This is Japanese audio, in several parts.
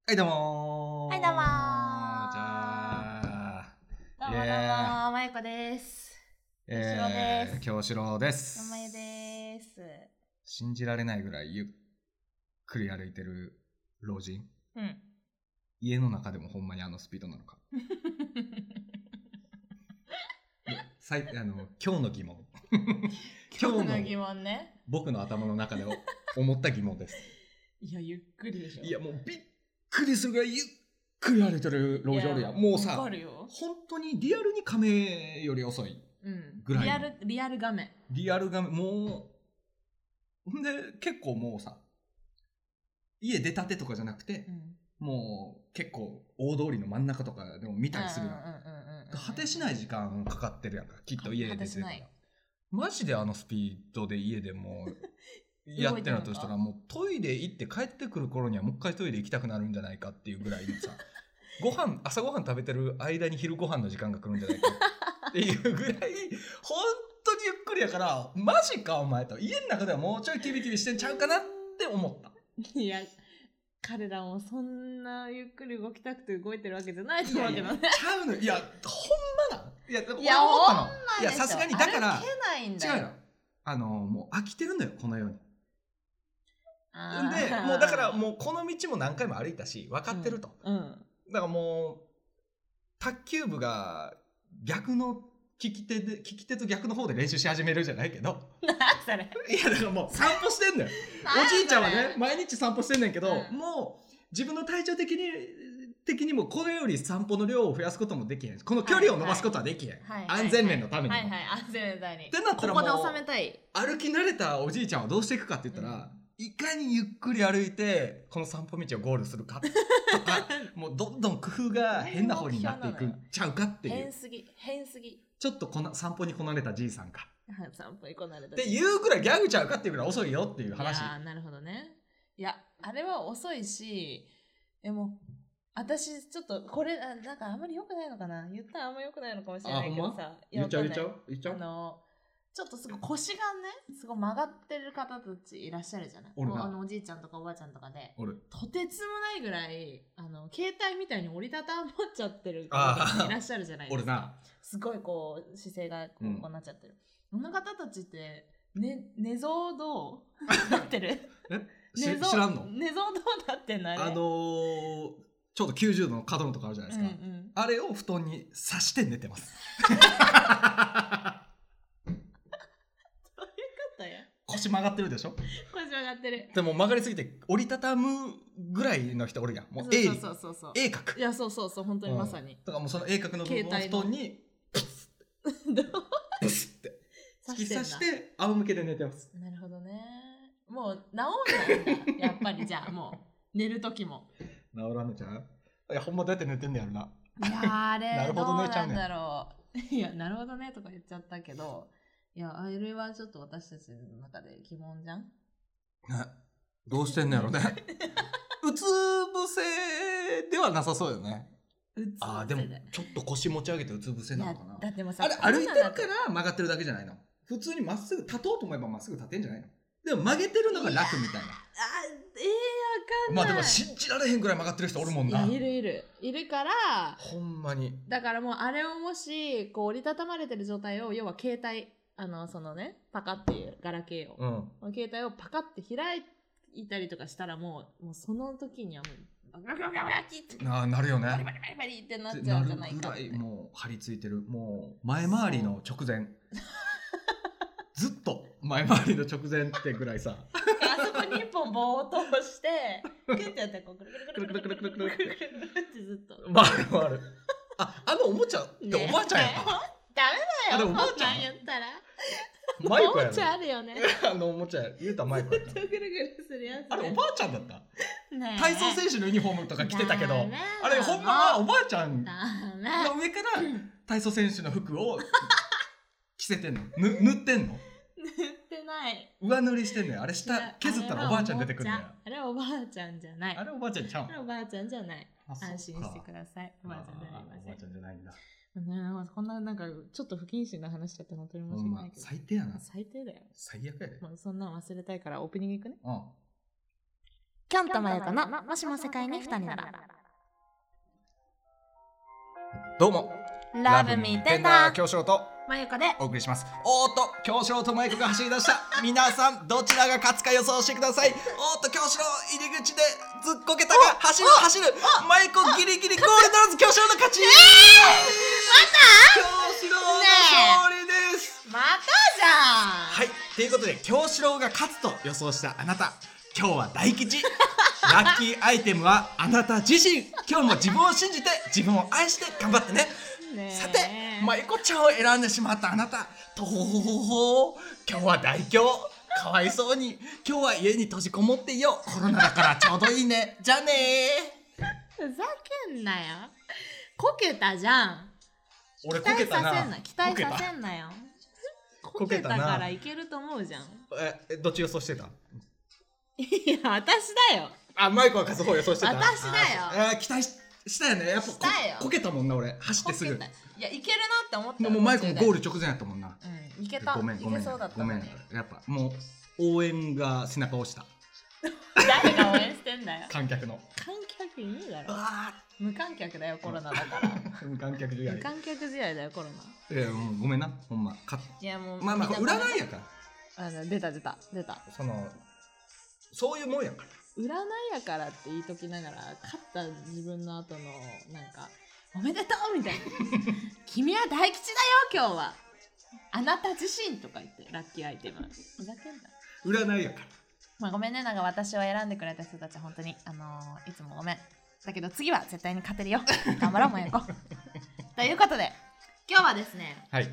はいどうもー。 はいどうもー。 じゃあどうもどうも、まゆこです。京志郎です。 京志郎です。 まゆです。 信じられないぐらいゆっくり歩いてる老人。 うん。 家の中でもほんまにあのスピードなのか。今日の疑問。 今日の疑問ね。 僕の頭の中で思った疑問です。 いや、ゆっくりでしょ。 いや、もうびっくりするぐらいゆっくり歩いてる老人おるやん。もうさ、 わかるよ。 本当にリアルに亀より遅いぐらいの。 リアル画面。 リアル画面、もう、で、結構もうさ、家出たてとかじゃなくて、もう結構大通りの真ん中とかでも見たりするやん。果てしない時間かかってるやんか、きっと家で出てるから。マジであのスピードで家でもうやってなとしたら、もうトイレ行って帰ってくる頃にはもう一回トイレ行きたくなるんじゃないかっていうぐらいのさ、朝ごはん食べてる間に昼ごはんの時間が来るんじゃないかっていうぐらい、本当にゆっくりやから、マジかお前と。家の中ではもうちょいキビキビしてんちゃうかなって思った。 いや、彼らもそんなゆっくり動きたくて動いてるわけじゃないと思うけどね。 ちゃうの。いや、ほんまなん。いや、 ほんまいや、さすがにだから、 歩けないんだよ。 違うの。もう飽きてるのよ、この世に。で、 でもうだからもうこの道も何回も歩いたし、分かってると。だからもう、卓球部が逆の利き手と逆の方で練習し始めるじゃないけど。 何それ。 いや、だからもう散歩してんのよ。おじいちゃんはね、毎日散歩してんねんけど、もう自分の体調的にもこのより散歩の量を増やすこともできへん。この距離を伸ばすことはできへん。安全面のためにも。 安全面のために。 ってなったらもう、 ここで収めたい。 歩き慣れたおじいちゃんはどうしていくかって言ったら、いかにゆっくり歩いてこの散歩道をゴールするかとか、もうどんどん工夫が変な方になっていくんちゃうかっていう。 変すぎ。 ちょっと散歩にこなれたじいさんか。 散歩にこなれた。 っていうぐらいギャグちゃうかっていうぐらい遅いよっていう話。 いやなるほどね。いや、あれは遅いし、でも私ちょっとこれなんかあんまり良くないのかな。言ったらあんまり良くないのかもしれないけどさ。 言っちゃうちょっとすごい腰がね、すごい曲がってる方たちいらっしゃるじゃない。おじいちゃんとかおばあちゃんとかで、とてつもないぐらい携帯みたいに折りたたまっちゃってる方いらっしゃるじゃないですか。すごいこう姿勢がこうなっちゃってる。この方たちって寝相どうなってる？ 知らんの？ 寝相どうなってんのあれ？ ちょうど90度の角のとこあるじゃないですか。あれを布団に刺して寝てます。腰曲がってるでしょ。 腰曲がってる。 でも曲がりすぎて折りたたむぐらいの人おるやん。もう鋭角。 いやそう本当にまさに。 だからもうその鋭角の部分を布団にプスって突き刺して仰向けで寝てます。 なるほどね。もう治んないんだ。やっぱりじゃあもう寝る時も治らんのちゃう？いやほんまどうやって寝てんねやろな。 いやあれどうなんだろう。いやなるほどねとか言っちゃったけど。いや、あれはちょっと私たちの中で疑問じゃん。 どうしてんのやろね。うつ伏せではなさそうよね。でもちょっと腰持ち上げてうつ伏せなのかな。 だってもさ、 あれ歩いてるから曲がってるだけじゃないの。普通にまっすぐ立とうと思えばまっすぐ立てんじゃないの。でも曲げてるのが楽みたいな。 わかんない。 まあでも信じられへんぐらい曲がってる人おるもんな。 いるから、 ほんまに。だからもうあれをもしこう折りたたまれてる状態を、要は携帯そのね、パカっていうガラケーを、携帯をパカって開いたりとかしたらもうその時にはもうバカバカバカってなるよね。 バリバリバリバリってなっちゃうんじゃないかって。 なるぐらいもう張り付いてる。もう前回りの直前。ずっと前回りの直前ってぐらいさ。 あそこに一本棒を通してクッてやったらこうくるくるくるくるくるくるくるってずっと回る。おもちゃっておばあちゃんやな。 ダメだよ。 おばあちゃん言ったら。 マイクやろ。 おもちゃあるよね。 おもちゃ言うたらマイクやろ。 ぐるぐるするやつ。 あれおばあちゃんだった。体操選手のユニフォームとか着てたけど、あれほんまはおばあちゃんの上から体操選手の服を着せてんの。塗ってんの？ 塗ってない。 上塗りしてんのよ。あれ下削ったらおばあちゃん出てくるんだよ。 あれおばあちゃんじゃない。 あれおばあちゃんちゃう。 あれおばあちゃんじゃない。安心してください。おばあちゃんじゃないません。 おばあちゃんじゃないんだ。 こんななんかちょっと不謹慎な話しちゃって本当に申し訳ないけど。 最低やな。 最低だよ。 最悪やで。 もうそんなの忘れたいからオープニングいくね。 きょんとまゆこのもしも世界に二人なら。 どうもラブミーテンダー京志郎とまゆこでお送りします。おーっと京志郎とまゆこが走り出した。皆さんどちらが勝つか予想してください。おーっと京志郎入り口でずっこけたが走るまゆこギリギリゴールならず京志郎の勝ち。京志郎の勝利です。 またじゃん。 はい、ということで京志郎が勝つと予想したあなた、今日は大吉。ラッキーアイテムはあなた自身。今日も自分を信じて自分を愛して頑張ってね。さてまゆこちゃんを選んでしまったあなた、とほほほほ、今日は大凶。かわいそうに今日は家に閉じこもっていよう。コロナだからちょうどいいね。じゃあねふざけんなよ。こけたじゃん。 俺こけたな。 期待させんなよ。こけたからいけると思うじゃん。 どっち予想してた？ いや私だよ。 あ、マイクは勝つ方予想してた。 私だよ。 期待したよね。やっぱこけたもんな俺。走ってすぐ。 いやいけるなって思った。 もうマイクもゴール直前やったもんな。 うん、いけた。 ごめん。 いけそうだった。 ごめん。やっぱもう応援が背中を押した。 誰が応援してんだよ。 観客の。 観客いねえだろ。無観客だよコロナだから。 無観客試合。 無観客試合だよコロナ。 いやもうごめんな。ほんま。 いやもうまあ占いやから。 出た。 そういうもんやから。 占いやからって言いときながら勝った自分の後のなんかおめでとうみたいな。君は大吉だよ今日は。あなた自身とか言ってラッキーアイテム。ふざけんな。 占いやから。 まあごめんね、なんか私を選んでくれた人たち本当にいつもごめん。だけど次は絶対に勝てるよ。頑張ろうもやこ。ということで今日はですね。 はい。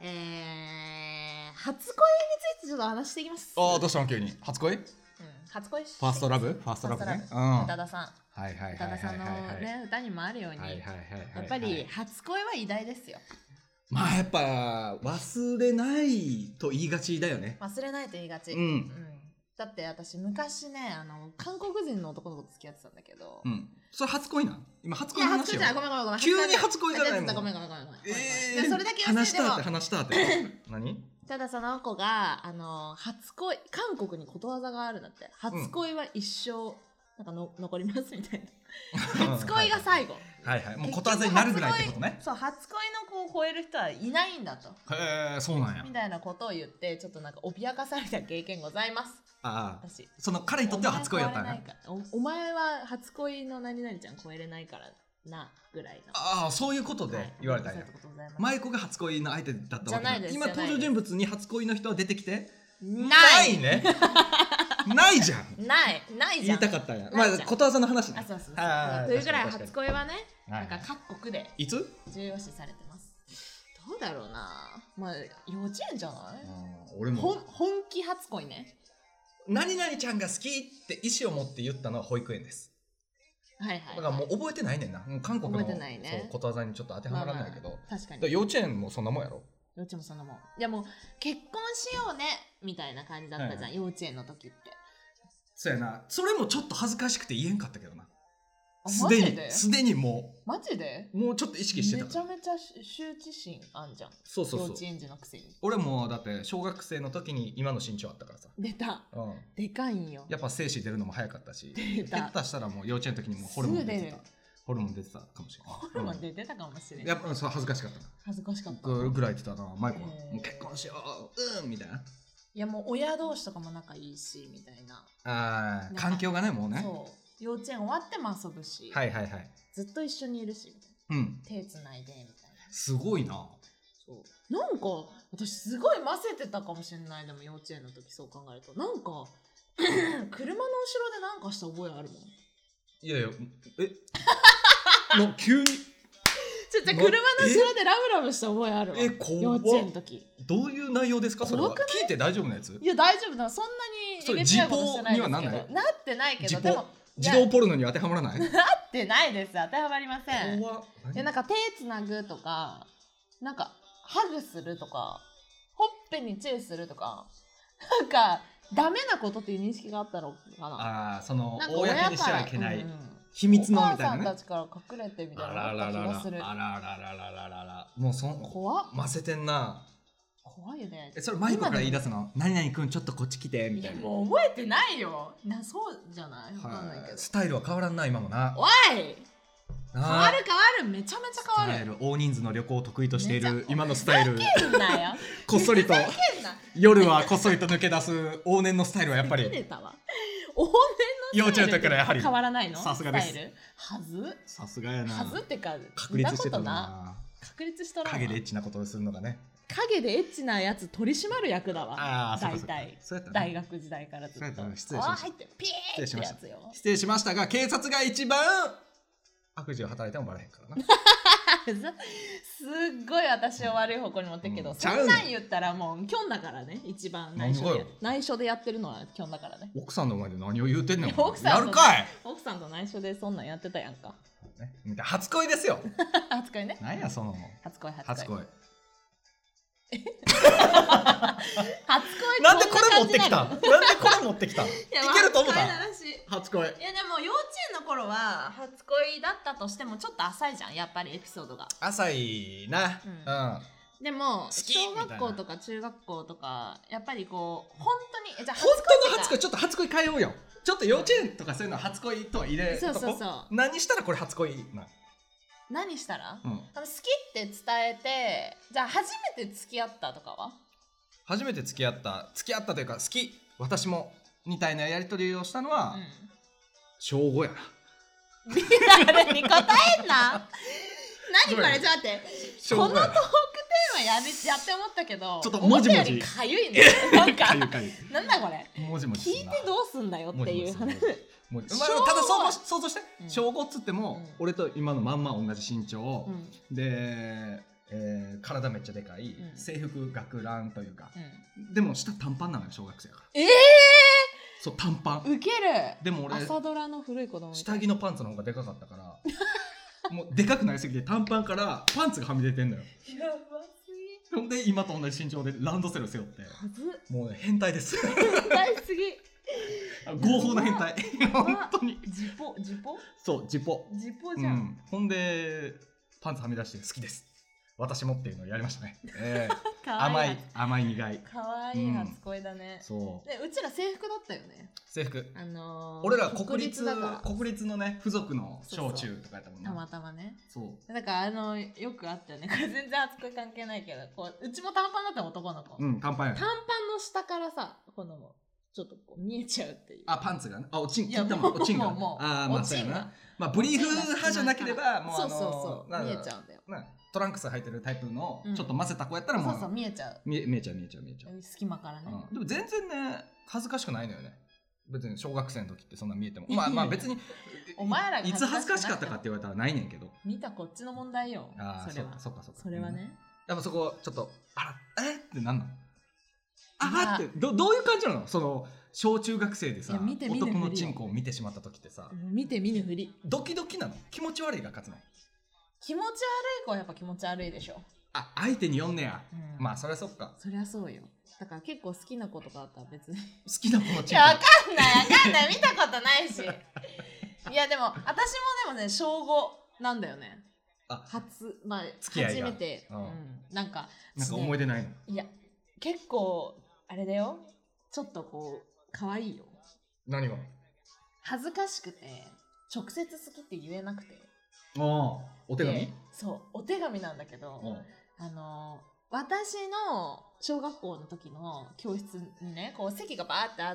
初恋についてちょっと話していきます。 どうしたの急に初恋？ 初恋。 ファーストラブね。 宇多田さん。 宇多田さんのね歌にもあるように、やっぱり初恋は偉大ですよ。 まあやっぱ忘れないと言いがちだよね。 忘れないと言いがち。だって私昔ね韓国人の男の子と付き合ってたんだけど。それ初恋なん？今初恋の話よ。 ごめん。 急に初恋じゃないもん。 ごめん。それだけ話したって。何？ ただその子が初恋、韓国にことわざがあるんだって。初恋は一生なんか残りますみたいな。初恋が最後。 もうことわざになるぐらいってことね。 そう、初恋の子を超える人はいないんだと。 へえ、そうなんや。 みたいなことを言ってちょっとなんか脅かされた経験ございます。私その彼にとっては初恋だったね。 お前は初恋の何々ちゃん超えれないからなぐらいの。そういうことで言われたんや。マイコが初恋の相手だったわけだ。今登場人物に初恋の人は出てきてないね。ないじゃん。 ないじゃん。 言いたかったんや。まあことわざの話ね。 そう。というぐらい初恋はね、なんか各国でいつ重要視されてます。どうだろうな。まあ幼稚園じゃない？ 俺も本気初恋ね。 何々ちゃんが好きって意思を持って言ったのは保育園です。だからもう覚えてないねんな。もう韓国のことわざにちょっと当てはまらないけど。 確かに。 幼稚園もそんなもんやろ。 幼稚園もそんなもん。いやもう結婚しようねみたいな感じだったじゃん、幼稚園の時って。 そうやな。それもちょっと恥ずかしくて言えんかったけどな。 すでにもうマジでもうちょっと意識してた。 めちゃめちゃ羞恥心あんじゃん。 そう幼稚園児のくせに。 俺もだって小学生の時に今の身長あったからさ。 出た。でかいんよ。 やっぱ精子出るのも早かったし、 下手したらもう幼稚園の時にもホルモン出てた。ホルモン出てたかもしれない。 ホルモン出てたかもしれない。 やっぱ恥ずかしかったな。 恥ずかしかった。 ぐらい言ってたな。マイコはもう結婚しようみたいな。 いやもう親同士とかも仲いいしみたいな。 環境がねもうね。 そう。幼稚園終わっても遊ぶし。ずっと一緒にいるしみたいな。手つないでみたいな。すごいな。 そうなんか私すごいませてたかもしれない。でも幼稚園の時そう考えるとなんか車の後ろでなんかした覚えあるもん。 いや急に車の後ろでラブラブした覚えあるわ。幼稚園の時。 どういう内容ですかそれは。聞いて大丈夫なやつ？ いや大丈夫だ。そんなに時報にはなんない？ なってないけどでも児童ポルノに当てはまらない？ なってないです。当てはまりません。なんか手つなぐとかなんかハグするとかほっぺにチューするとかなんかダメなことっていう認識があったのかな。 その公にしちゃいけない秘密のみたいなね。 お母さんたちから隠れてみたいな気がする。 もう怖っ。ませてんな。 怖いよね。 それマイクから言い出すの？何々くんちょっとこっち来てみたいな。 もう覚えてないよ。そうじゃない？わかんないけど。 スタイルは変わらんな今もな。 おい。変わるめちゃめちゃ変わる。 大人数の旅行を得意としている今のスタイル。こっそりと夜はこっそりと抜け出す往年のスタイルはやっぱり。 往年の幼稚園の時からやはり変わらないの？ さすがです。 はず？ さすがやな。 はずってか確立してたな。 確立したら。 影でエッチなことをするのがね。 影でエッチなやつ取り締まる役だわ。大体大学時代からずっと。 失礼しました。 入ってピーってやつよ。 失礼しましたが警察が一番悪事を働いてもバレへんからな。 すっごい私を悪い方向に持ってるけど、そんなん言ったらもうキョンだからね。一番内緒でやってるのはキョンだからね。 奥さんの前で何を言うてんの？やるかい。 奥さんと内緒でそんなんやってたやんか。 初恋ですよ。 初恋ね。 何やその初恋。 なんでこれ持ってきた？いけると思った？初恋。 いやでも幼稚園の頃は初恋だったとしてもちょっと浅いじゃん、やっぱりエピソードが。 浅いな。 でも小学校とか中学校とかやっぱりこう本当にじゃあ本当の初恋、ちょっと初恋変えようよ。ちょっと幼稚園とかそういうの初恋と入れ。 そう。 何したらこれ初恋な？ 何したら？好きって伝えて、じゃあ初めて付き合ったとかは？ 初めて付き合ったというか好き、私もみたいなやり取りをしたのは小5やな。 あれに答えんな。何これ、ちょっと待って、このトークテーマやって思ったけど、 ちょっともじもじかゆいね。なんかなんだこれ、 もじもじ聞いてどうすんだよっていう話。 ただ想像して、小5っつっても俺と今のまんま同じ身長で、体めっちゃでかい、制服学ランというか、でも下短パンなのよ、小学生やから。そう、短パン。 ウケる。 でも俺朝ドラの古い子供下着のパンツの方がでかかったからもうでかくなりすぎて短パンからパンツがはみ出てんのよ。 やばすぎ。 ほんで今と同じ身長でランドセル背負って、もうね、変態です。 変態すぎ。 合法な変態。本当に。 ジポそう、ジポじゃん。 ほんでパンツはみ出して好きです私もっていうのをやりましたね。甘い苦い。 かわいい初恋だね。 そう。 で、うちら制服だったよね。 制服。俺ら国立のね、付属の小中とかやったもんね。 たまたまね。 そう。 だからよくあったよね。これ全然初恋関係ないけど、うちも短パンだった男の子。 短パンや。 短パンの下からさ、このちょっと見えちゃうっていう。 パンツがね。おちんが。まあそうやな。まあブリーフ派じゃなければもうそう見えちゃうんだよ。 トランクス履いてるタイプのちょっと混ぜた子やったらもう見えちゃう。 見えちゃう。 隙間からね。 でも全然ね、恥ずかしくないのよね。別に小学生の時ってそんな見えても、まあ別にお前らがいつ恥ずかしかったかって言われたらないねんけど。 見たこっちの問題よ。そっか。それはね。 やっぱそこちょっとってなんの？ってどういう感じなの？その小中学生でさ、男のチンコを見てしまった時ってさ、 見て見ぬふり。 ドキドキなの？気持ち悪いが勝つの？ 気持ち悪い子はやっぱ気持ち悪いでしょ。 相手に読んねや。まあそりゃそっか。 そりゃそうよ。だから結構好きな子とかだったら別に。好きな子のチンコ。 いや、わかんない。見たことないし。いやでも、私もでもね、小5なんだよね。初めて。なんか思い出ないの？ いや、結構、あれだよ。ちょっと可愛いよ。 何が？ 恥ずかしくて、直接好きって言えなくて。 お手紙？ そう、お手紙なんだけど、私の小学校の時の教室にね、席がバーってあって、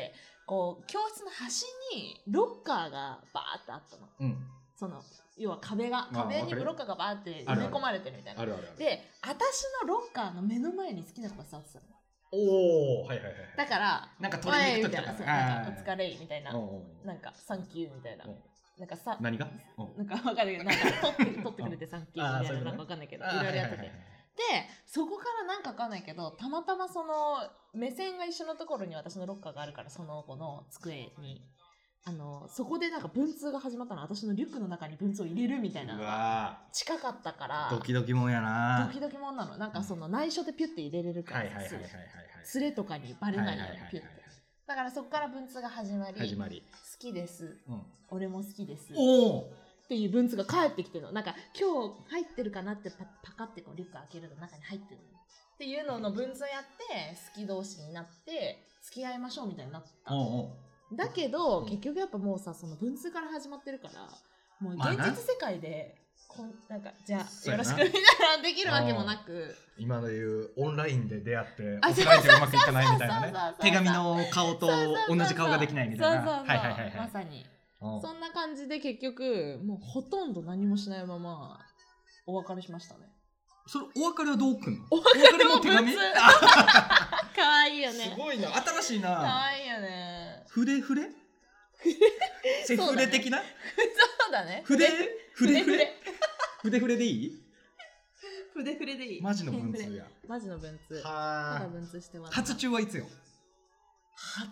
教室の端にロッカーがバーってあったの。その要は壁にロッカーがバーって埋め込まれてるみたいな。で、私のロッカーの目の前に好きな子が座ってたの。だからなんか取りに行く時とか、 お疲れみたいな、なんかサンキューみたいな。なんかさ、 何が？ なんかわかるけど、なんか取ってくれてサンキューみたいな、なんかわかんないけど、いろいろやってて。で、そこからなんかわかんないけど、たまたまその目線が一緒のところに私のロッカーがあるから、その子の机に、そこでなんか文通が始まったの。私のリュックの中に文通を入れるみたいな。近かったから。 ドキドキもんやな。 ドキドキもんなの。なんかその内緒でピュッて入れれるから、スレとかにバレないようにピュッて。だからそこから文通が始まり、好きです、俺も好きですっていう文通が返ってきてるの。なんか今日入ってるかなってパカってリュック開けると中に入ってるっていうのの文通やって好き同士になって付き合いましょうみたいになった。だけど結局やっぱもうさ、その文通から始まってるからもう現実世界でなんかじゃあよろしくみたいなできるわけもなく、 今の言うオンラインで出会ってオフラインでうまくいかないみたいなね、手紙の顔と同じ顔ができないみたいな、 まさにそんな感じで結局もうほとんど何もしないままお別れしましたね。 それお別れはどうくんの？ お別れも手紙？かわいいよね。 すごいな、新しいな。 かわいいよね。 筆セフレ的な？ そうだね。筆でいい？ 筆でいい。 マジの文通や。 マジの文通。ただ文通してます。 初中はいつよ？ 初中？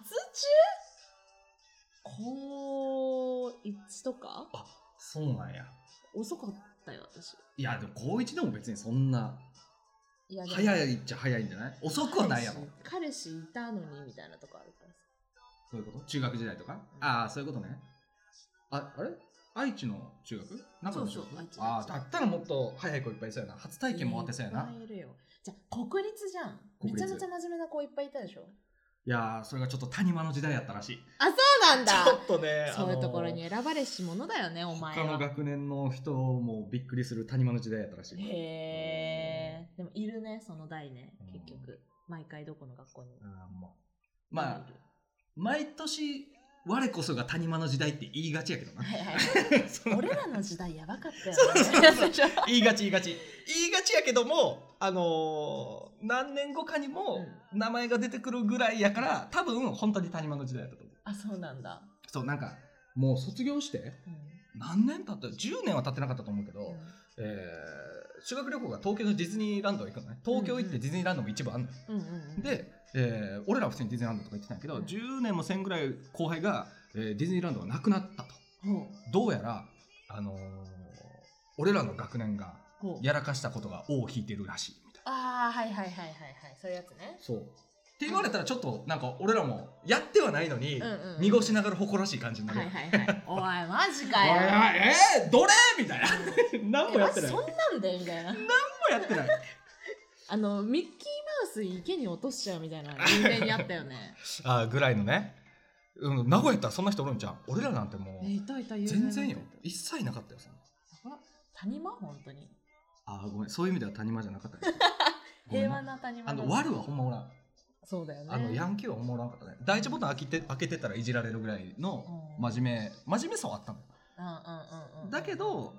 高1とか？ あ、そうなんや。 遅かったよ私。 いやでも高1でも別にそんな早いっちゃ早いんじゃない？遅くはないやろ。 彼氏いたのにみたいなとこあるからさ。 そういうこと？中学時代とか？ああ、そういうことね。あれ？愛知の中学？ そうそう。 ああ、だったらもっと早い子いっぱいいそうやな。初体験もあってそうやな。 いっぱいいるよ。じゃあ国立じゃん。めちゃめちゃ真面目な子いっぱいいたでしょ。 いやー、それがちょっと谷間の時代やったらしい。 あ、そうなんだ。 ちょっとね、 そういうところに選ばれし者だよね、お前は。 他の学年の人もびっくりする谷間の時代やったらしい。 へー。でもいるね、その代ね、結局。毎回どこの学校に。 まあ、毎年我こそが谷間の時代って言いがちやけどな。 俺らの時代やばかったよね。 言いがちやけども、何年後かにも名前が出てくるぐらいやから、多分本当に谷間の時代やったと思う。 あ、そうなんだ。 そう、なんかもう卒業して、何年経った？ 10 年は経ってなかったと思うけど、修学旅行が東京のディズニーランド行くのね。東京行ってディズニーランドも一部あんのよ。で、俺らは普通にディズニーランドとか行ってたんやけど、10年も1000ぐらい後輩が、ディズニーランドがなくなったと。どうやら、俺らの学年がやらかしたことが尾を引いてるらしいみたいな。 ああ、はいそういうやつね。 そうって言われたらちょっとなんか俺らもやってはないのに濁しながら誇らしい感じになる。 おいマジかよ。 どれみたいな。何もやってない。 そんなんでみたいな。 何もやってない。 ミッキーマウス池に落としちゃうみたいな有名にあったよね。 ぐらいのね。名古屋やったらそんな人おるんじゃん。俺らなんてもう全然よ。一切なかったよ。 谷間本当に。 ごめん、そういう意味では谷間じゃなかった。 平和な谷間。 悪はほんまおらん。 そうだよね。 ヤンキーはほんまおらんかったね。第一ボタン開けてたらいじられるぐらいの真面目さはあったの。だけど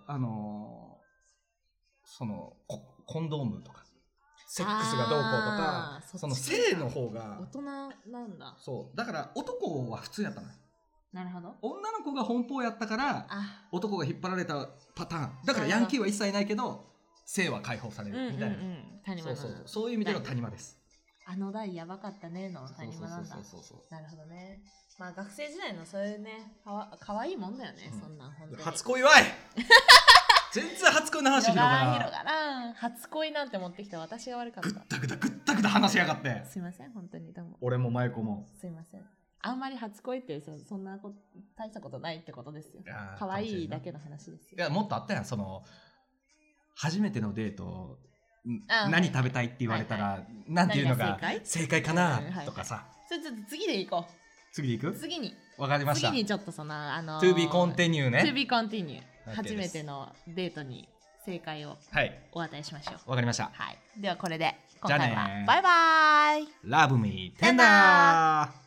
そのコンドームとかセックスがどうこうとか、その性の方が大人なんだ。 そうだから男は普通やったのよ。 なるほど。 女の子が奔放やったから男が引っ張られたパターンだから。ヤンキーは一切ないけど性は解放されるみたいな。そういう意味での谷間です。 代やばかったねの谷間なんだ。なるほどね。まあ学生時代のそういうねかわいいもんだよね。そんなん本当に。 初恋は全然初恋の話広がらん。初恋なんて持ってきた私が悪かった。 ぐったぐだ話しやがって。 すいません本当にどうも。 俺も舞子もすいません。あんまり初恋ってそんな大したことないってことですよ。可愛いだけの話ですよ。 いやもっとあったやん。その初めてのデート何食べたいって言われたらなんていうのが正解かなとかさ。 ちょっと次で行こう。 次で行く？ 次に。 わかりました。 次にちょっと To be continue ね。 To be continue。初めてのデートに正解をお与えしましょう。 わかりました。 はい。ではこれで今回はバイバイ。 Love me tender。